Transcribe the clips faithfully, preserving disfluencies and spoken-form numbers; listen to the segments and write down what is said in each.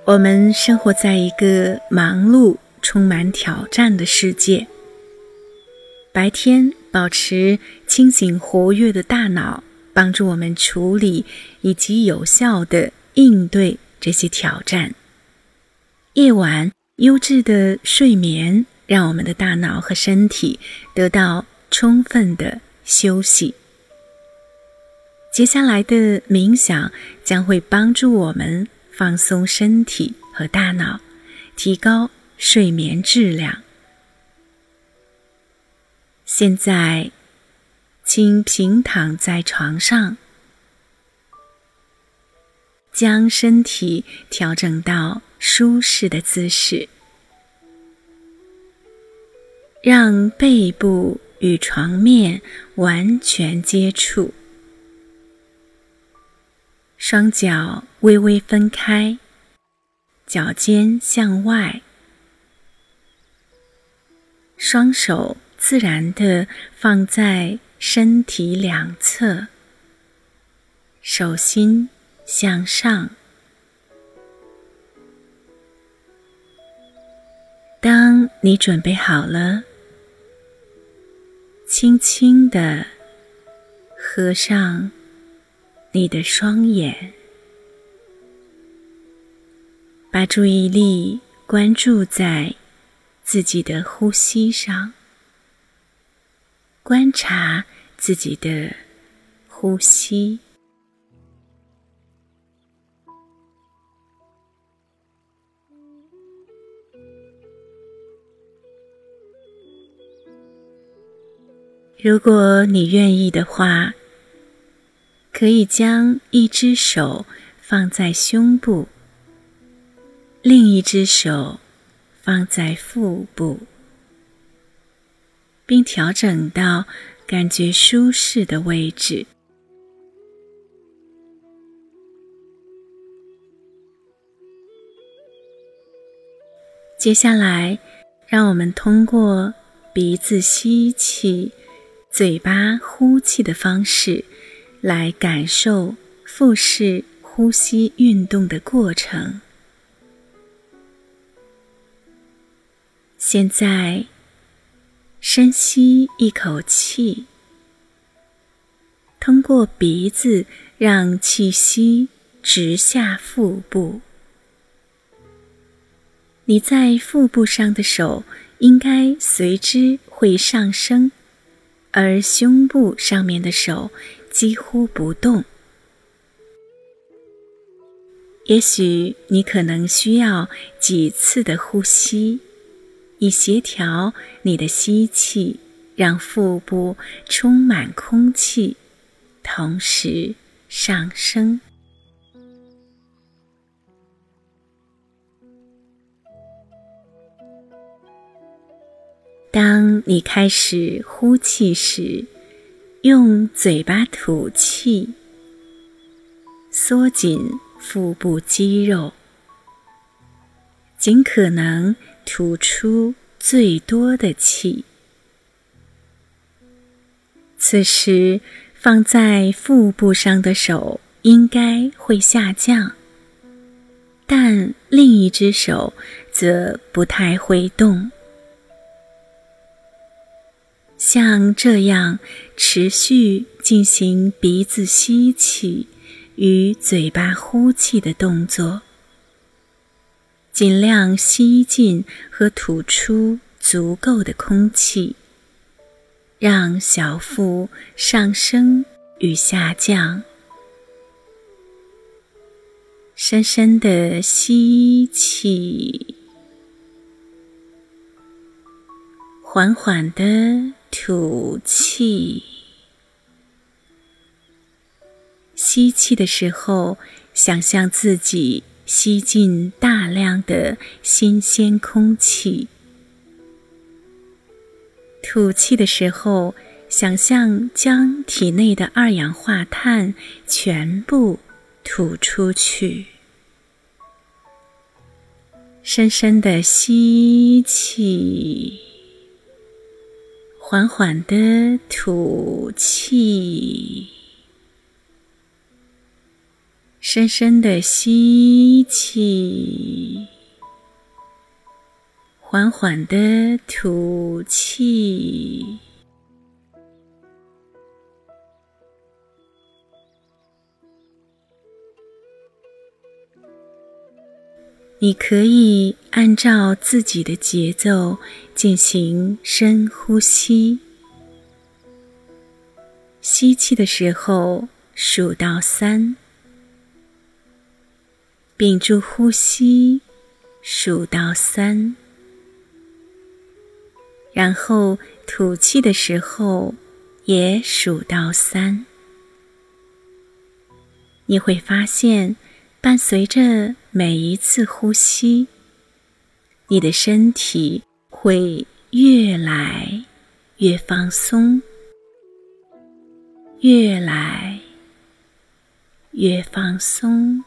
我们生活在一个忙碌、充满挑战的世界。白天保持清醒活跃的大脑，帮助我们处理以及有效地应对这些挑战。夜晚优质的睡眠，让我们的大脑和身体得到充分的休息。接下来的冥想将会帮助我们放松身体和大脑，提高睡眠质量。现在，请平躺在床上，将身体调整到舒适的姿势，让背部与床面完全接触，双脚微微分开，脚尖向外，双手自然地放在身体两侧，手心向上。当你准备好了，轻轻地合上你的双眼，把注意力关注在自己的呼吸上，观察自己的呼吸。如果你愿意的话，可以将一只手放在胸部，另一只手放在腹部，并调整到感觉舒适的位置。接下来，让我们通过鼻子吸气，嘴巴呼气的方式来感受腹式呼吸运动的过程。现在，深吸一口气，通过鼻子让气息直下腹部。你在腹部上的手应该随之会上升，而胸部上面的手几乎不动。也许你可能需要几次的呼吸，以协调你的吸气，让腹部充满空气，同时上升。当你开始呼气时，用嘴巴吐气，缩紧腹部肌肉，尽可能吐出最多的气。此时，放在腹部上的手应该会下降，但另一只手则不太会动。像这样持续进行鼻子吸气与嘴巴呼气的动作，尽量吸进和吐出足够的空气，让小腹上升与下降。深深地吸气，缓缓地吐气。吸气的时候，想象自己吸进大量的新鲜空气。吐气的时候，想象将体内的二氧化碳全部吐出去。深深地吸气，缓缓地吐气。 深深的吸气，缓缓的吐气。你可以按照自己的节奏进行深呼吸。吸气的时候数到三，屏住呼吸数到三，然后吐气的时候也数到三。你会发现，伴随着每一次呼吸，你的身体会越来越放松，越来越放松。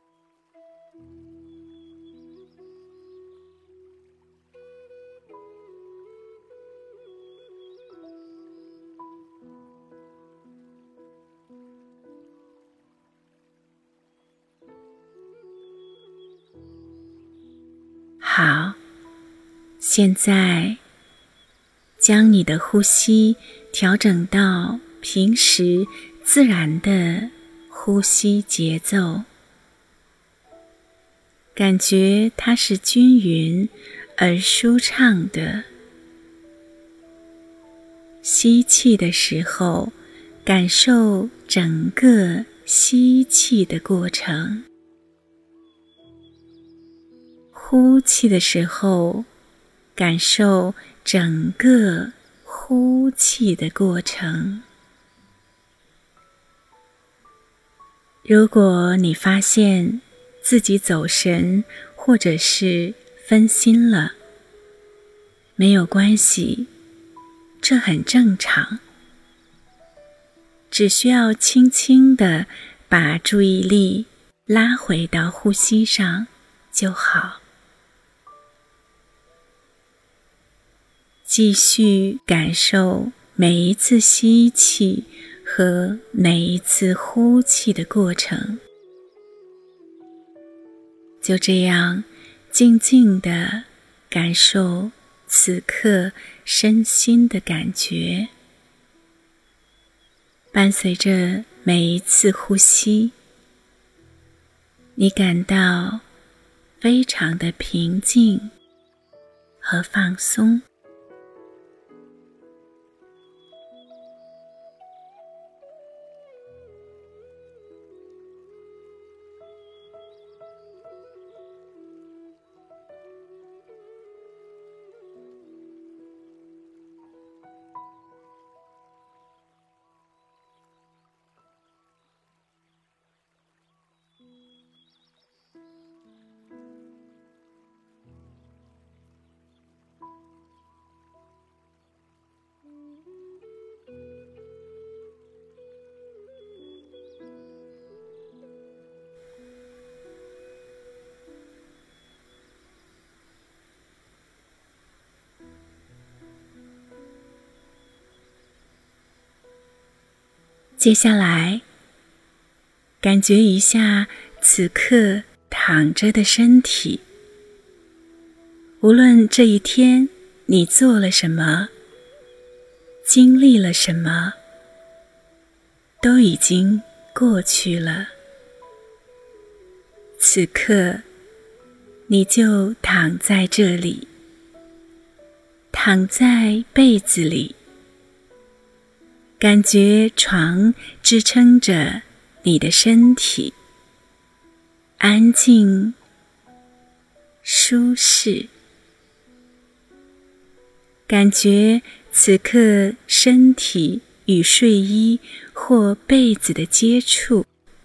好，现在将你的呼吸调整到平时自然的呼吸节奏，感觉它是均匀而舒畅的。吸气的时候，感受整个吸气的过程。呼气的时候，感受整个呼气的过程。如果你发现自己走神或者是分心了，没有关系，这很正常。只需要轻轻地把注意力拉回到呼吸上就好。继续感受每一次吸气和每一次呼气的过程。就这样静静地感受此刻身心的感觉，伴随着每一次呼吸，你感到非常的平静和放松。接下来，感觉一下此刻躺着的身体。无论这一天你做了什么，经历了什么，都已经过去了。此刻，你就躺在这里，躺在被子里，感觉床支撑着你的身体，安静、舒适。感觉此刻身体与睡衣或被子的接触，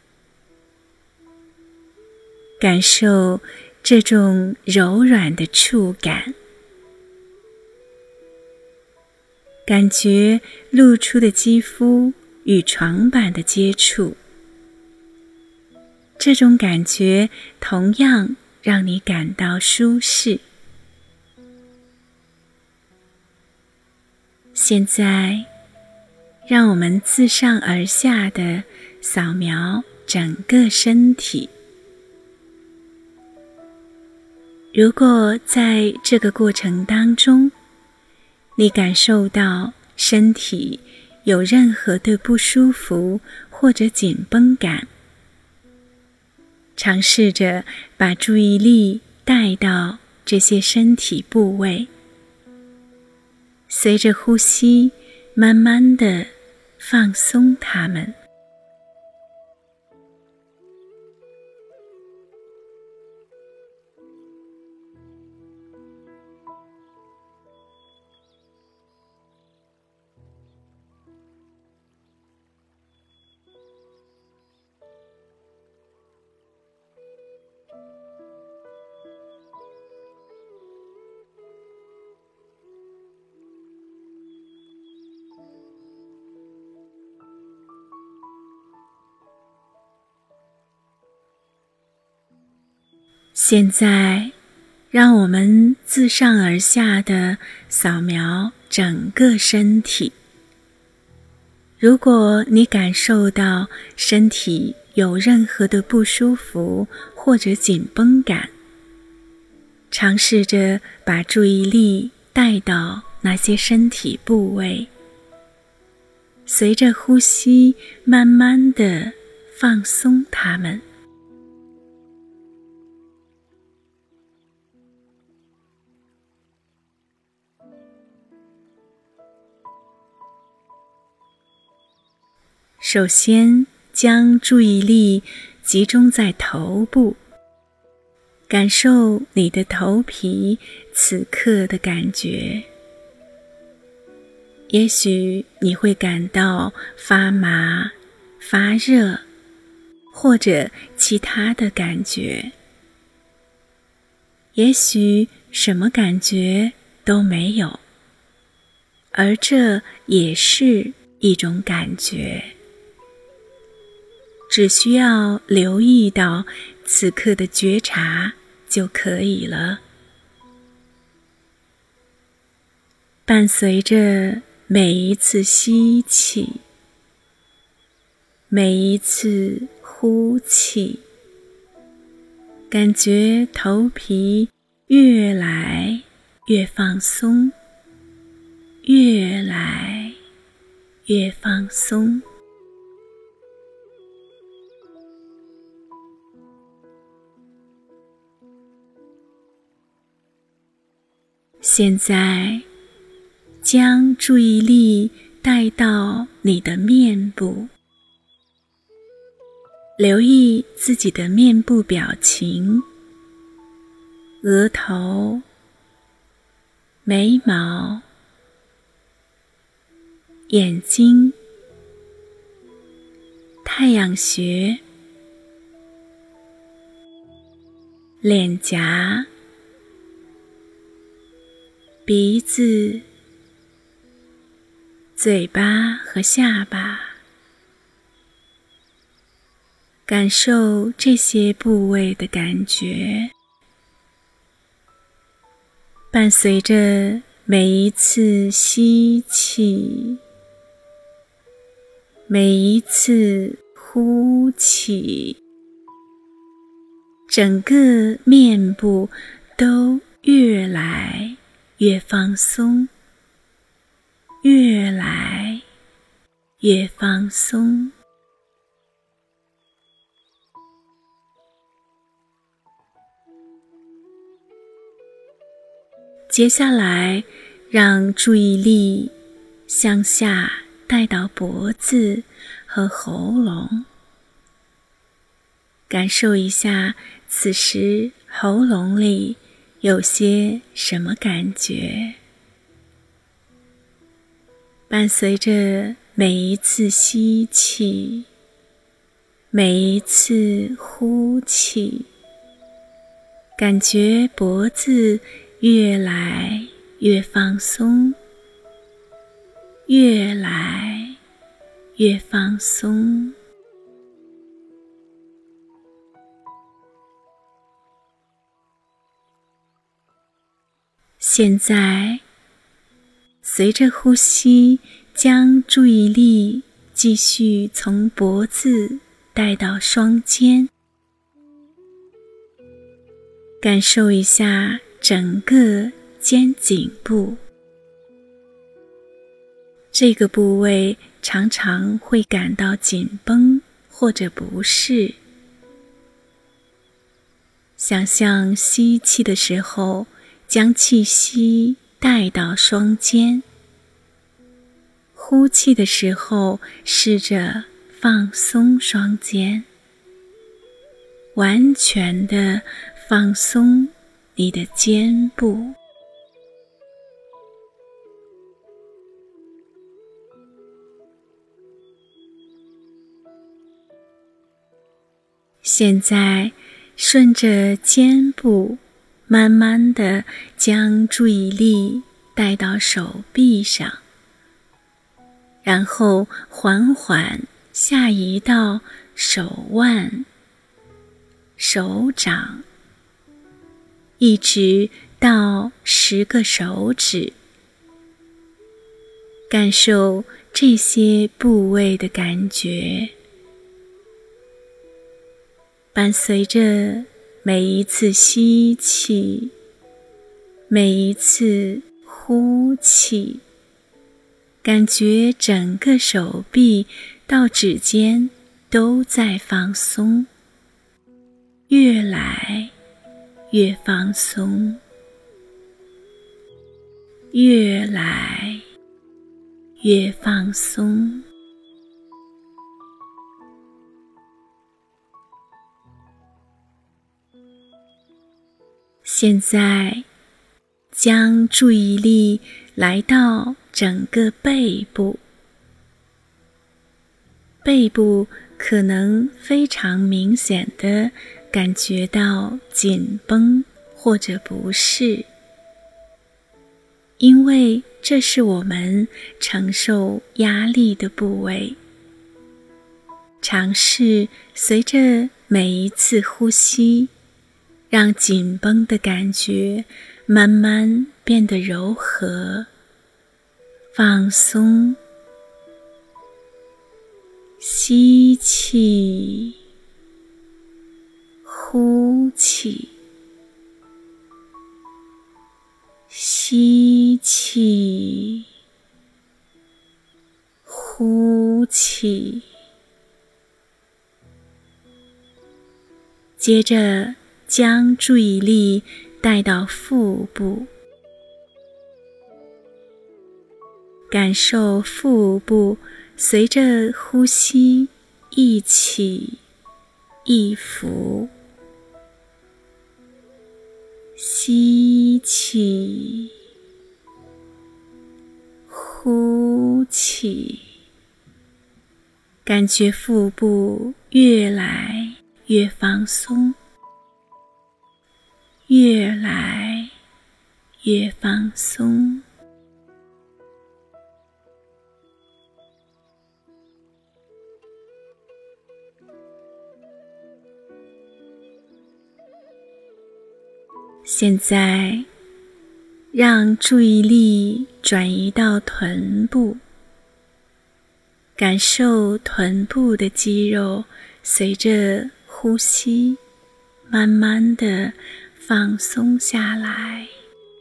感受这种柔软的触感，感觉露出的肌肤与床板的接触，这种感觉同样让你感到舒适。现在，让我们自上而下地扫描整个身体。如果在这个过程当中，你感受到身体有任何的不舒服或者紧绷感，尝试着把注意力带到这些身体部位，随着呼吸慢慢地放松它们。现在，让我们自上而下地扫描整个身体。如果你感受到身体有任何的不舒服或者紧绷感，尝试着把注意力带到那些身体部位，随着呼吸慢慢地放松它们。首先，将注意力集中在头部，感受你的头皮此刻的感觉。也许你会感到发麻、发热，或者其他的感觉。也许什么感觉都没有，而这也是一种感觉。只需要留意到此刻的觉察就可以了。伴随着每一次吸气，每一次呼气，感觉头皮越来越放松，越来越放松。现在，将注意力带到你的面部，留意自己的面部表情，额头、眉毛、眼睛、太阳穴、脸颊、鼻子、嘴巴和下巴，感受这些部位的感觉。伴随着每一次吸气，每一次呼气，整个面部都越来越放松，越来越放松。接下来，让注意力向下带到脖子和喉咙，感受一下此时喉咙里有些什么感觉。伴随着每一次吸气，每一次呼气，感觉脖子越来越放松，越来越放松。现在，随着呼吸，将注意力继续从脖子带到双肩，感受一下整个肩颈部。这个部位常常会感到紧绷或者不适。想象吸气的时候，将气息带到双肩，呼气的时候，试着放松双肩，完全的放松你的肩部。现在顺着肩部，慢慢地将注意力带到手臂上，然后缓缓下移到手腕、手掌，一直到十个手指，感受这些部位的感觉。伴随着每一次吸气，每一次呼气，感觉整个手臂到指尖都在放松，越来越放松，越来越放松。现在将注意力来到整个背部，背部可能非常明显地感觉到紧绷或者不适，因为这是我们承受压力的部位。尝试随着每一次呼吸，让紧绷的感觉慢慢变得柔和、放松。吸气，呼气，吸气，呼气。接着将注意力带到腹部，感受腹部随着呼吸一起一伏。吸气，呼气，感觉腹部越来越放松，越来越放松。现在让注意力转移到臀部，感受臀部的肌肉随着呼吸慢慢地放松下来。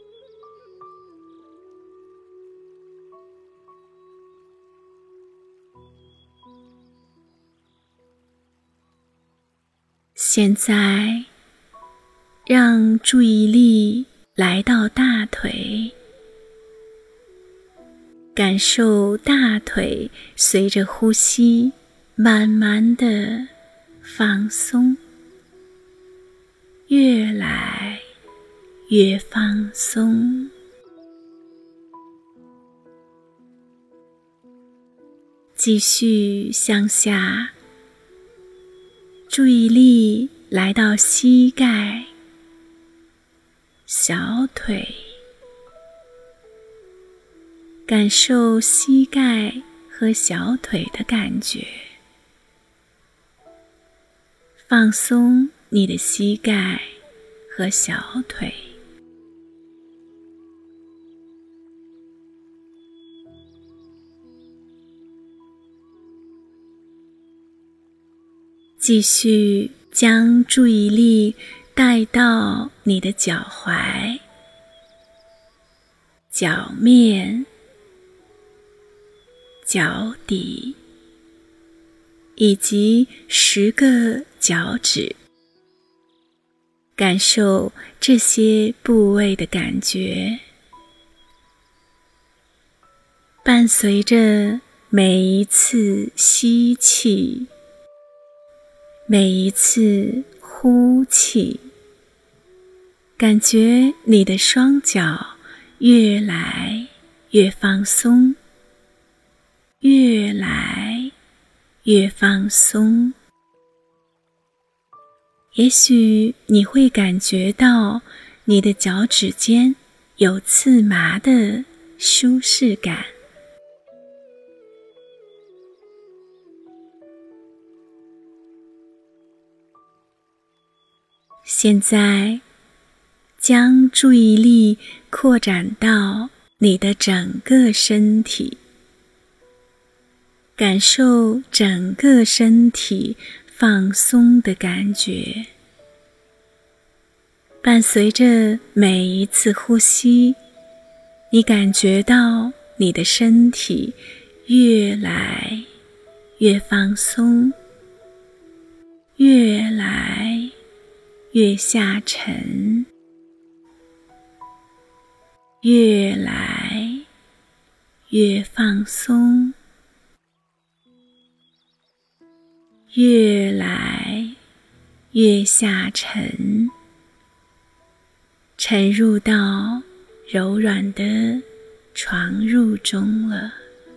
现在让注意力来到大腿，感受大腿随着呼吸慢慢地放松，越来越放松。继续向下，注意力来到膝盖、小腿，感受膝盖和小腿的感觉，放松你的膝盖和小腿。 继续将注意力带到你的脚踝、脚面、脚底，以及十个脚趾，感受这些部位的感觉，伴随着每一次吸气，每一次呼气，感觉你的双脚越来越放松，越来越放松。也许你会感觉到你的脚趾间有刺麻的舒适感。现在，将注意力扩展到你的整个身体，感受整个身体放松的感觉，伴随着每一次呼吸，你感觉到你的身体越来越放松，越来越下沉，越来越放松，越来越下沉，沉入到柔软的床褥中了。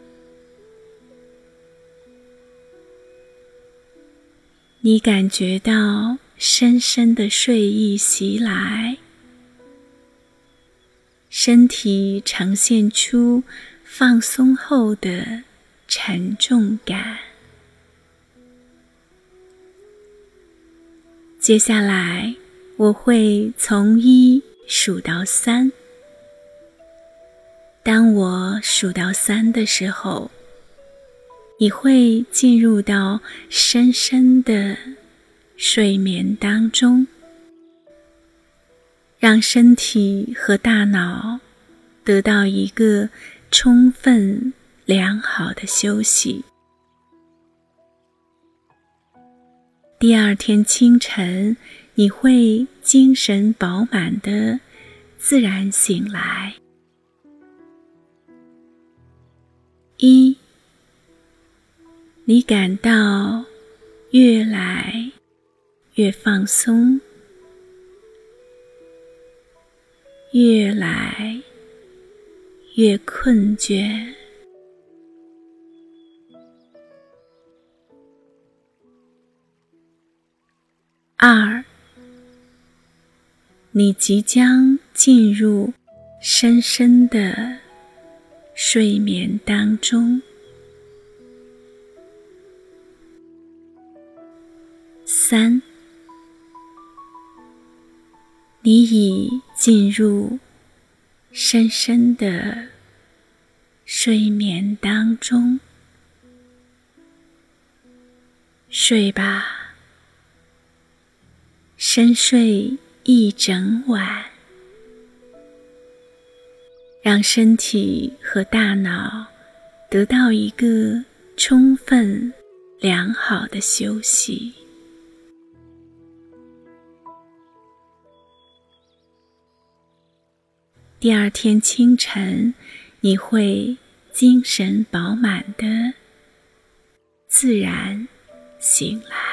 你感觉到深深的睡意袭来，身体呈现出放松后的沉重感。接下来，我会从一数到三。当我数到三的时候，你会进入到深深的睡眠当中，让身体和大脑得到一个充分良好的休息。第二天清晨，你会精神饱满地自然醒来。一，你感到越来越放松，越来越困倦。二，你即将进入深深的睡眠当中。三，你已进入深深的睡眠当中。睡吧，深睡一整晚，让身体和大脑得到一个充分良好的休息。第二天清晨，你会精神饱满地自然醒来。